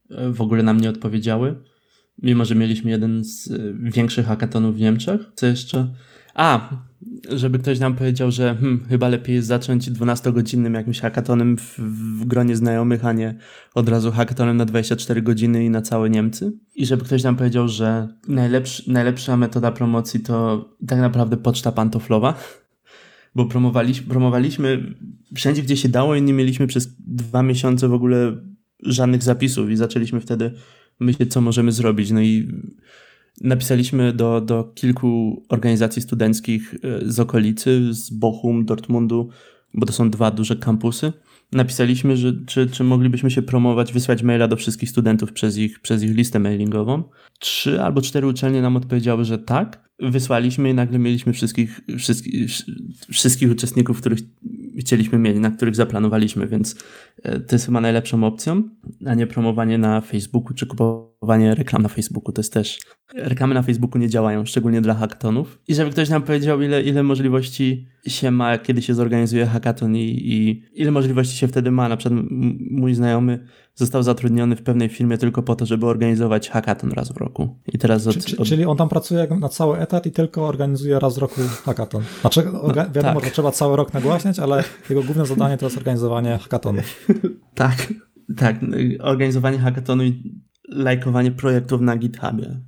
w ogóle nam nie odpowiedziały. Mimo, że mieliśmy jeden z większych hackathonów w Niemczech. Co jeszcze? A, żeby ktoś nam powiedział, że hmm, chyba lepiej jest zacząć dwunastogodzinnym jakimś hackathonem w, w gronie znajomych, a nie od razu hackathonem na dwadzieścia cztery godziny i na całe Niemcy. I żeby ktoś nam powiedział, że najlepszy, najlepsza metoda promocji to tak naprawdę poczta pantoflowa, bo promowaliśmy, promowaliśmy wszędzie, gdzie się dało i nie mieliśmy przez dwa miesiące w ogóle żadnych zapisów i zaczęliśmy wtedy myśleć, co możemy zrobić. No i napisaliśmy do, do kilku organizacji studenckich z okolicy, z Bochum, Dortmundu, bo to są dwa duże kampusy. Napisaliśmy, że czy, czy moglibyśmy się promować, wysłać maila do wszystkich studentów przez ich, przez ich listę mailingową. Trzy albo cztery uczelnie nam odpowiedziały, że tak. Wysłaliśmy i nagle mieliśmy wszystkich, wszystkich, wszystkich uczestników, których chcieliśmy mieć, na których zaplanowaliśmy, więc to jest chyba najlepszą opcją, a nie promowanie na Facebooku czy kupowanie reklam na Facebooku. To jest też... Reklamy na Facebooku nie działają, szczególnie dla hackathonów. I żeby ktoś nam powiedział, ile, ile możliwości się ma, kiedy się zorganizuje hackathon i, i ile możliwości się wtedy ma. Na przykład mój znajomy został zatrudniony w pewnej firmie tylko po to, żeby organizować hackathon raz w roku. I teraz od, Czy, od... Czyli on tam pracuje na cały etat i tylko organizuje raz w roku hackathon. Znaczy, orga- wiadomo, tak. że trzeba cały rok nagłaśniać, ale jego główne zadanie to jest organizowanie hackathonu. tak, tak. Organizowanie hackathonu i lajkowanie projektów na GitHubie.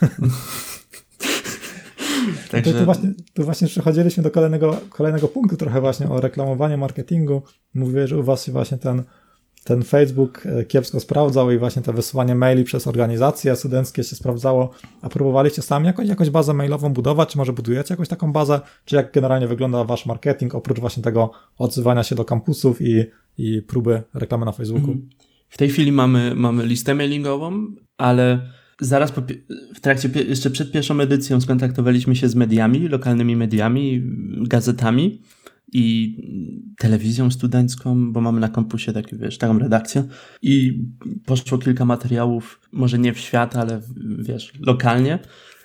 Także... Tu, właśnie, tu właśnie przechodziliśmy do kolejnego, kolejnego punktu trochę właśnie o reklamowaniu, marketingu. Mówiłeś, że u was się właśnie ten, ten Facebook kiepsko sprawdzał i właśnie to wysyłanie maili przez organizacje studenckie się sprawdzało. A próbowaliście sami jakoś, jakąś bazę mailową budować? Czy może budujecie jakąś taką bazę? Czy jak generalnie wygląda wasz marketing oprócz właśnie tego odzywania się do kampusów i, i próby reklamy na Facebooku? W tej chwili mamy, mamy listę mailingową, ale zaraz po, w trakcie, jeszcze przed pierwszą edycją skontaktowaliśmy się z mediami, lokalnymi mediami, gazetami i telewizją studencką, bo mamy na kampusie taki, wiesz, taką redakcję i poszło kilka materiałów, może nie w świat, ale wiesz, lokalnie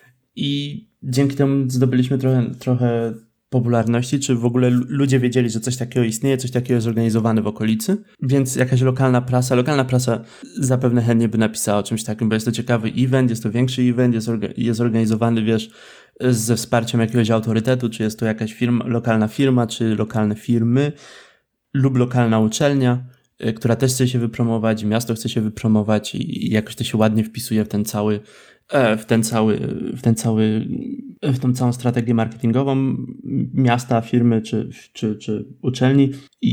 i dzięki temu zdobyliśmy trochę, trochę popularności, czy w ogóle ludzie wiedzieli, że coś takiego istnieje, coś takiego jest zorganizowane w okolicy, więc jakaś lokalna prasa, lokalna prasa zapewne chętnie by napisała o czymś takim, bo jest to ciekawy event, jest to większy event, jest, orga- jest organizowany, wiesz, ze wsparciem jakiegoś autorytetu, czy jest to jakaś firma, lokalna firma, czy lokalne firmy lub lokalna uczelnia, y, która też chce się wypromować, miasto chce się wypromować i, i jakoś to się ładnie wpisuje w ten cały w ten cały, w ten cały, w tą całą strategię marketingową miasta, firmy czy, czy, czy uczelni.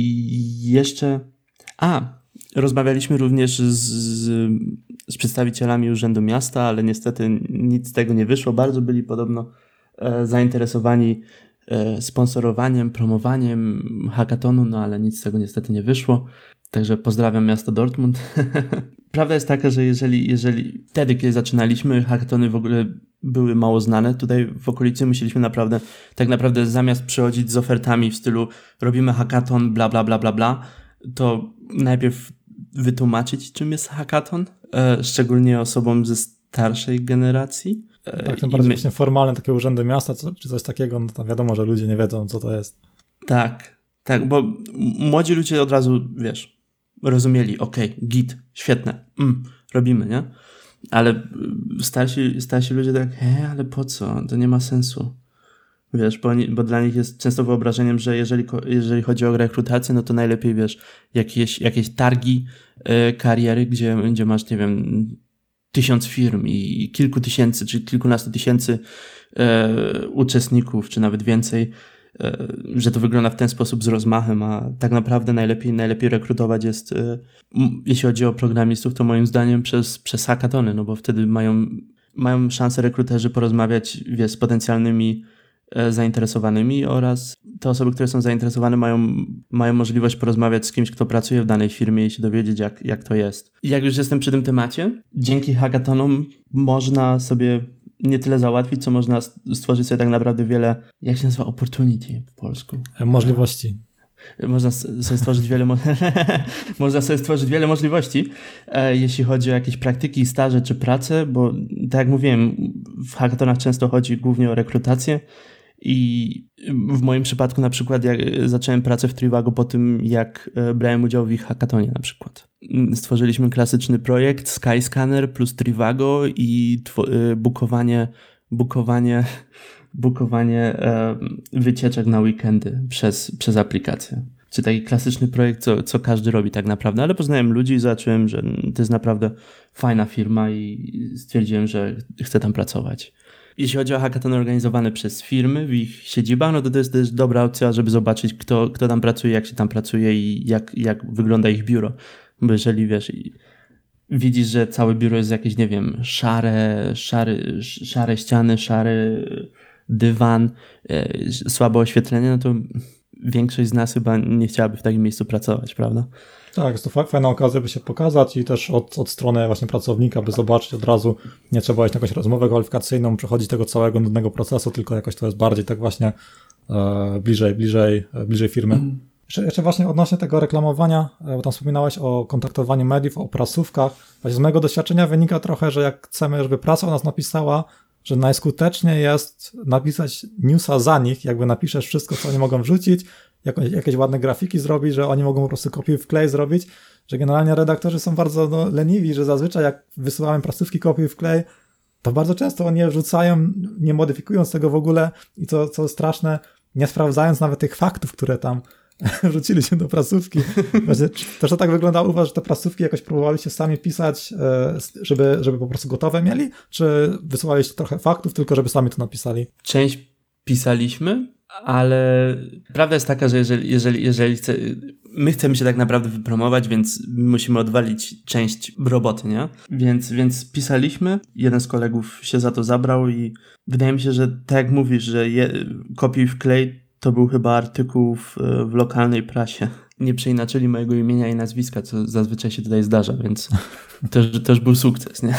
I jeszcze, a, rozmawialiśmy również z, z, z przedstawicielami Urzędu Miasta, ale niestety nic z tego nie wyszło. Bardzo byli podobno e, zainteresowani e, sponsorowaniem, promowaniem hackathonu, no ale nic z tego niestety nie wyszło. Także pozdrawiam miasto Dortmund. Prawda jest taka, że jeżeli, jeżeli wtedy, kiedy zaczynaliśmy, hackathony w ogóle były mało znane. Tutaj w okolicy musieliśmy naprawdę, tak naprawdę zamiast przychodzić z ofertami w stylu robimy hackathon, bla, bla, bla, bla, bla, to najpierw wytłumaczyć, czym jest hackathon, e, szczególnie osobom ze starszej generacji. E, tak, tym bardziej my... właśnie formalne takie urzędy miasta, co, czy coś takiego, no to wiadomo, że ludzie nie wiedzą, co to jest. Tak, tak, bo młodzi ludzie od razu, wiesz, rozumieli, okej, okay, git, świetne, mm, robimy, nie? Ale starsi, starsi ludzie tak, he, ale po co? To nie ma sensu. Wiesz, bo, oni, bo dla nich jest często wyobrażeniem, że jeżeli, jeżeli chodzi o rekrutację, no to najlepiej, wiesz, jakieś, jakieś targi y, kariery, gdzie, gdzie masz, nie wiem, tysiąc firm i kilku tysięcy, czy kilkunastu tysięcy y, uczestników, czy nawet więcej, że to wygląda w ten sposób z rozmachem, a tak naprawdę najlepiej, najlepiej rekrutować jest, jeśli chodzi o programistów, to moim zdaniem przez, przez hackathony, no bo wtedy mają, mają szansę rekruterzy porozmawiać, wiesz, z potencjalnymi zainteresowanymi oraz te osoby, które są zainteresowane mają, mają możliwość porozmawiać z kimś, kto pracuje w danej firmie i się dowiedzieć, jak, jak to jest. I jak już jestem przy tym temacie, dzięki hackathonom można sobie nie tyle załatwić, co można stworzyć sobie tak naprawdę wiele, jak się nazywa, opportunity po polsku? Możliwości. Można sobie stworzyć wiele, mo- można sobie stworzyć wiele możliwości, e, jeśli chodzi o jakieś praktyki, staże czy pracę, bo tak jak mówiłem, w hackathonach często chodzi głównie o rekrutację I w moim przypadku na przykład jak zacząłem pracę w Trivago po tym, jak brałem udział w ich hackatonie na przykład. Stworzyliśmy klasyczny projekt Skyscanner plus Trivago i tw- bukowanie, bukowanie, bukowanie e, wycieczek na weekendy przez, przez aplikację. Czy taki klasyczny projekt, co, co każdy robi tak naprawdę, ale poznałem ludzi i zobaczyłem, że to jest naprawdę fajna firma i stwierdziłem, że chcę tam pracować. Jeśli chodzi o hackatony organizowane przez firmy w ich siedzibach, no to to jest też dobra opcja, żeby zobaczyć, kto, kto tam pracuje, jak się tam pracuje i jak, jak wygląda ich biuro. Bo jeżeli wiesz, widzisz, że całe biuro jest jakieś, nie wiem, szare, szary, szare ściany, szary dywan, e, słabe oświetlenie, no to większość z nas chyba nie chciałaby w takim miejscu pracować, prawda? Tak, jest to fajna okazja, by się pokazać i też od, od strony właśnie pracownika, by zobaczyć od razu, nie trzeba iść na jakąś rozmowę kwalifikacyjną, przechodzić tego całego nudnego procesu, tylko jakoś to jest bardziej tak właśnie e, bliżej, bliżej, e, bliżej firmy. Mm. Jeszcze, jeszcze właśnie odnośnie tego reklamowania, e, bo tam wspominałeś o kontaktowaniu mediów, o prasówkach. Właśnie z mojego doświadczenia wynika trochę, że jak chcemy, żeby prasa o nas napisała, że najskuteczniej jest napisać newsa za nich, jakby napiszesz wszystko, co oni mogą wrzucić, jakieś, jakieś ładne grafiki zrobić, że oni mogą po prostu kopiuj wklej zrobić, że generalnie redaktorzy są bardzo no, leniwi, że zazwyczaj jak wysyłamy prasówki kopiuj wklej, to bardzo często oni je wrzucają, nie modyfikując tego w ogóle i co, co straszne, nie sprawdzając nawet tych faktów, które tam wrzucili się do prasówki. Właśnie, też to tak wyglądało u was, że te prasówki jakoś próbowaliście sami pisać, żeby, żeby po prostu gotowe mieli, czy wysyłaliście trochę faktów, tylko żeby sami to napisali? Część pisaliśmy, ale prawda jest taka, że jeżeli, jeżeli, jeżeli chce, my chcemy się tak naprawdę wypromować, więc musimy odwalić część roboty, nie? Więc, więc pisaliśmy, jeden z kolegów się za to zabrał i wydaje mi się, że tak jak mówisz, że je, kopiuj wklej, to był chyba artykuł w, w lokalnej prasie. Nie przeinaczyli mojego imienia i nazwiska, co zazwyczaj się tutaj zdarza, więc też, też był sukces, nie?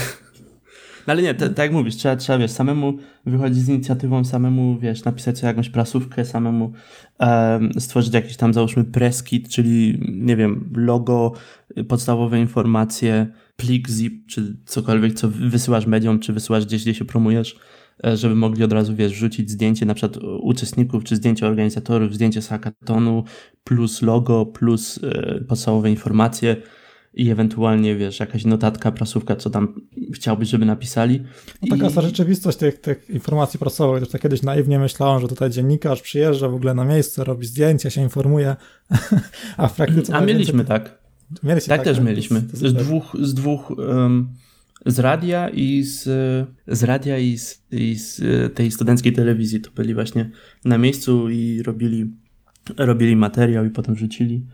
No ale nie, t- tak jak mówisz, trzeba, trzeba, wiesz, samemu wychodzić z inicjatywą, samemu, wiesz, napisać sobie jakąś prasówkę, samemu um, stworzyć jakiś tam, załóżmy, press kit, czyli, nie wiem, logo, podstawowe informacje, plik zip, czy cokolwiek, co wysyłasz mediom, czy wysyłasz gdzieś, gdzie się promujesz, żeby mogli od razu, wiesz, wrzucić zdjęcie na przykład uczestników, czy zdjęcie organizatorów, zdjęcie z hackatonu, plus logo, plus y, podstawowe informacje i ewentualnie, wiesz, jakaś notatka, prasówka, co tam chciałbyś, żeby napisali. No taka I... jest rzeczywistość tych, tych informacji prasowych. Też tak kiedyś naiwnie myślałem, że tutaj dziennikarz przyjeżdża w ogóle na miejsce, robi zdjęcia, się informuje, a w praktyce... A mieliśmy więcej... tak. Mieliście tak. Tak też tak? mieliśmy. To, to z dwóch, z dwóch um, z radia i z, z radia i z, i z tej studenckiej telewizji. To byli właśnie na miejscu i robili, robili materiał i potem wrzucili.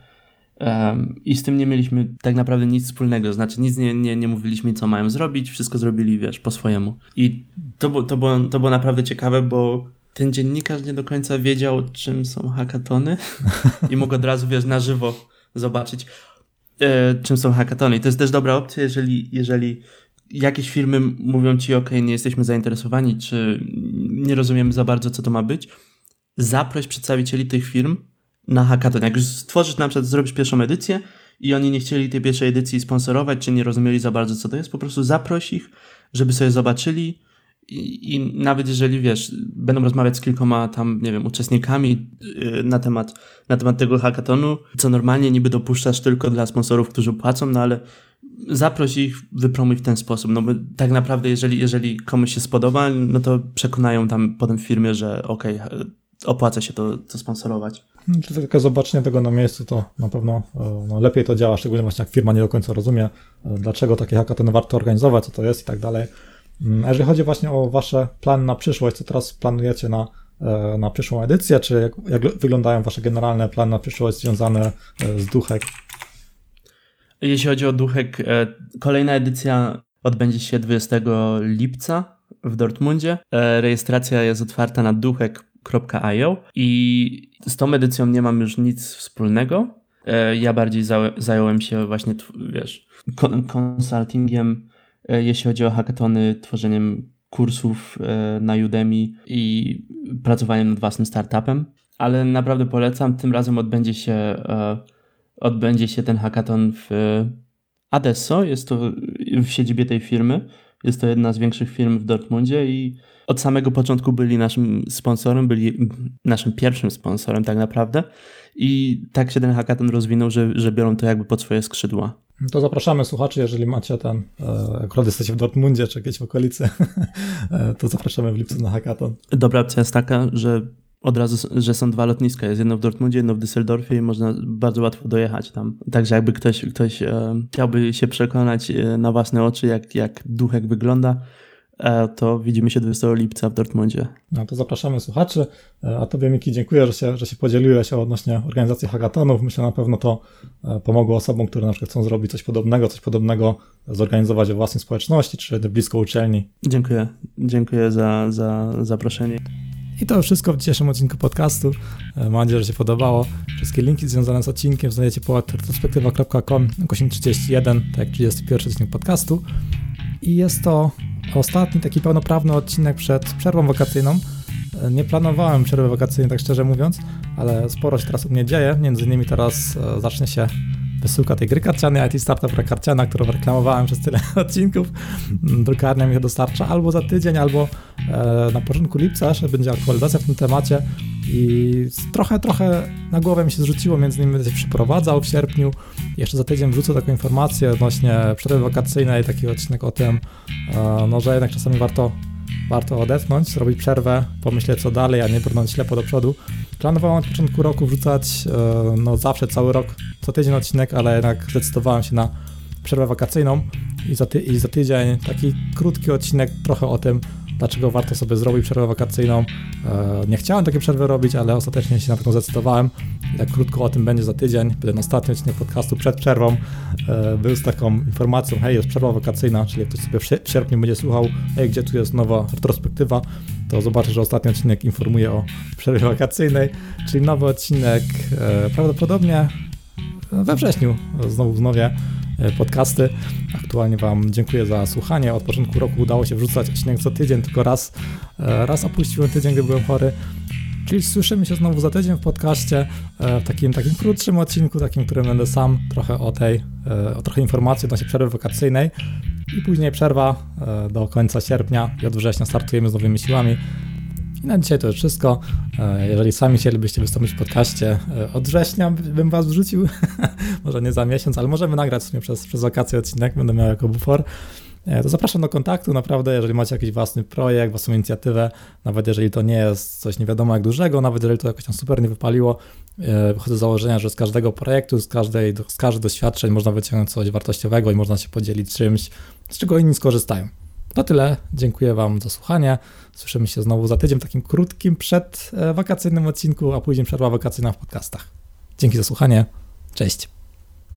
Um, I z tym nie mieliśmy tak naprawdę nic wspólnego, znaczy nic nie, nie, nie mówiliśmy, co mają zrobić, wszystko zrobili, wiesz, po swojemu. I to, było, to, było, to było naprawdę ciekawe, bo ten dziennikarz nie do końca wiedział, czym są hackatony i mógł od razu, wiesz, na żywo zobaczyć, e, czym są hackatony. I to jest też dobra opcja, jeżeli, jeżeli jakieś firmy mówią ci, ok, nie jesteśmy zainteresowani, czy nie rozumiemy za bardzo, co to ma być, zaproś przedstawicieli tych firm na hackathon. Jak już stworzysz, na przykład zrobisz pierwszą edycję i oni nie chcieli tej pierwszej edycji sponsorować, czy nie rozumieli za bardzo, co to jest, po prostu zaproś ich, żeby sobie zobaczyli i, i nawet jeżeli, wiesz, będą rozmawiać z kilkoma tam, nie wiem, uczestnikami yy, na temat, na temat tego hackathonu, co normalnie niby dopuszczasz tylko dla sponsorów, którzy płacą, no ale zaproś ich, wypromuj w ten sposób, no bo tak naprawdę jeżeli, jeżeli komuś się spodoba, no to przekonają tam potem w firmie, że okej, okay, opłaca się to, to sponsorować. Czy takie zobaczenie tego na miejscu, to na pewno no, lepiej to działa, szczególnie właśnie jak firma nie do końca rozumie, dlaczego takie hackathony warto organizować, co to jest i tak dalej. A jeżeli chodzi właśnie o wasze plany na przyszłość, co teraz planujecie na, na przyszłą edycję, czy jak, jak wyglądają wasze generalne plany na przyszłość związane z Duchek? Jeśli chodzi o Duchek, kolejna edycja odbędzie się dwudziestego lipca w Dortmundzie. Rejestracja jest otwarta na duchek kropka i o i z tą edycją nie mam już nic wspólnego. Ja bardziej zająłem się właśnie, wiesz, konsultingiem, jeśli chodzi o hackatony, tworzeniem kursów na Udemy i pracowaniem nad własnym startupem. Ale naprawdę polecam, tym razem odbędzie się odbędzie się ten hackathon w Adesso, jest to w siedzibie tej firmy, Jest to jedna z większych firm w Dortmundzie i od samego początku byli naszym sponsorem, byli naszym pierwszym sponsorem tak naprawdę i tak się ten hackathon rozwinął, że, że biorą to jakby pod swoje skrzydła. To zapraszamy słuchaczy, jeżeli macie ten, akurat jesteście w Dortmundzie czy gdzieś w okolicy, to zapraszamy w lipcu na hackathon. Dobra opcja jest taka, że od razu, że są dwa lotniska, jest jedno w Dortmundzie, jedno w Düsseldorfie i można bardzo łatwo dojechać tam. Także jakby ktoś, ktoś e, chciałby się przekonać e, na własne oczy, jak, jak Duchek wygląda, e, to widzimy się dwudziestego lipca w Dortmundzie. No to zapraszamy słuchaczy, a Tobie, Miki, dziękuję, że się, że się podzieliłeś odnośnie organizacji hackathonów. Myślę, na pewno to pomogło osobom, które na przykład chcą zrobić coś podobnego, coś podobnego zorganizować we własnej społeczności, czy blisko uczelni. Dziękuję, dziękuję za, za zaproszenie. I to wszystko w dzisiejszym odcinku podcastu. Mam nadzieję, że się podobało. Wszystkie linki związane z odcinkiem znajdziecie po retrospektywa kropka com ukośnik trzydzieści jeden, tak jak trzydziesty pierwszy odcinek podcastu. I jest to ostatni taki pełnoprawny odcinek przed przerwą wakacyjną. Nie planowałem przerwy wakacyjnej, tak szczerze mówiąc, ale sporo się teraz u mnie dzieje. Między innymi teraz zacznie się wysyłka tej gry karcianej, I T Startup Gra Karciana, którą reklamowałem przez tyle odcinków. Drukarnia mi to dostarcza albo za tydzień, albo na początku lipca jeszcze będzie aktualizacja w tym temacie i trochę, trochę na głowę mi się zrzuciło, między innymi będę się przeprowadzał w sierpniu. Jeszcze za tydzień wrzucę taką informację odnośnie przerwy wakacyjnej, taki odcinek o tym, no, że jednak czasami warto Warto odetchnąć, zrobić przerwę, pomyśleć co dalej, a nie brnąć ślepo do przodu. Planowałem od początku roku wrzucać no zawsze cały rok, co tydzień odcinek, ale jednak zdecydowałem się na przerwę wakacyjną i za, ty- i za tydzień taki krótki odcinek trochę o tym, dlaczego warto sobie zrobić przerwę wakacyjną. Nie chciałem takiej przerwy robić, ale ostatecznie się na to zdecydowałem. I tak krótko o tym będzie za tydzień. Będę ostatni odcinek podcastu przed przerwą. Był z taką informacją, hej, jest przerwa wakacyjna, czyli jak ktoś sobie w sierpniu będzie słuchał, hej, gdzie tu jest nowa retrospektywa, to zobaczy, że ostatni odcinek informuje o przerwie wakacyjnej, czyli nowy odcinek prawdopodobnie we wrześniu, znowu wznowię podcasty. Aktualnie Wam dziękuję za słuchanie. Od początku roku udało się wrzucać odcinek co tydzień, tylko raz, raz opuściłem tydzień, gdy byłem chory. Czyli słyszymy się znowu za tydzień w podcaście, w takim, takim krótszym odcinku, takim, którym będę sam trochę o tej, o trochę informacji odnośnie przerwy wakacyjnej i później przerwa do końca sierpnia i od września startujemy z nowymi siłami. I na dzisiaj to już wszystko. Jeżeli sami chcielibyście wystąpić w podcaście, od września bym Was wrzucił, może nie za miesiąc, ale możemy nagrać w sumie przez, przez wakacje odcinek, będę miał jako bufor. To zapraszam do kontaktu, naprawdę, jeżeli macie jakiś własny projekt, własną inicjatywę, nawet jeżeli to nie jest coś nie wiadomo jak dużego, nawet jeżeli to jakoś tam super nie wypaliło, wychodzę z założenia, że z każdego projektu, z, każdej, z każdych doświadczeń można wyciągnąć coś wartościowego i można się podzielić czymś, z czego inni skorzystają. To tyle, dziękuję Wam za słuchanie, słyszymy się znowu za tydzień w takim krótkim przedwakacyjnym odcinku, a później przerwa wakacyjna w podcastach. Dzięki za słuchanie, cześć.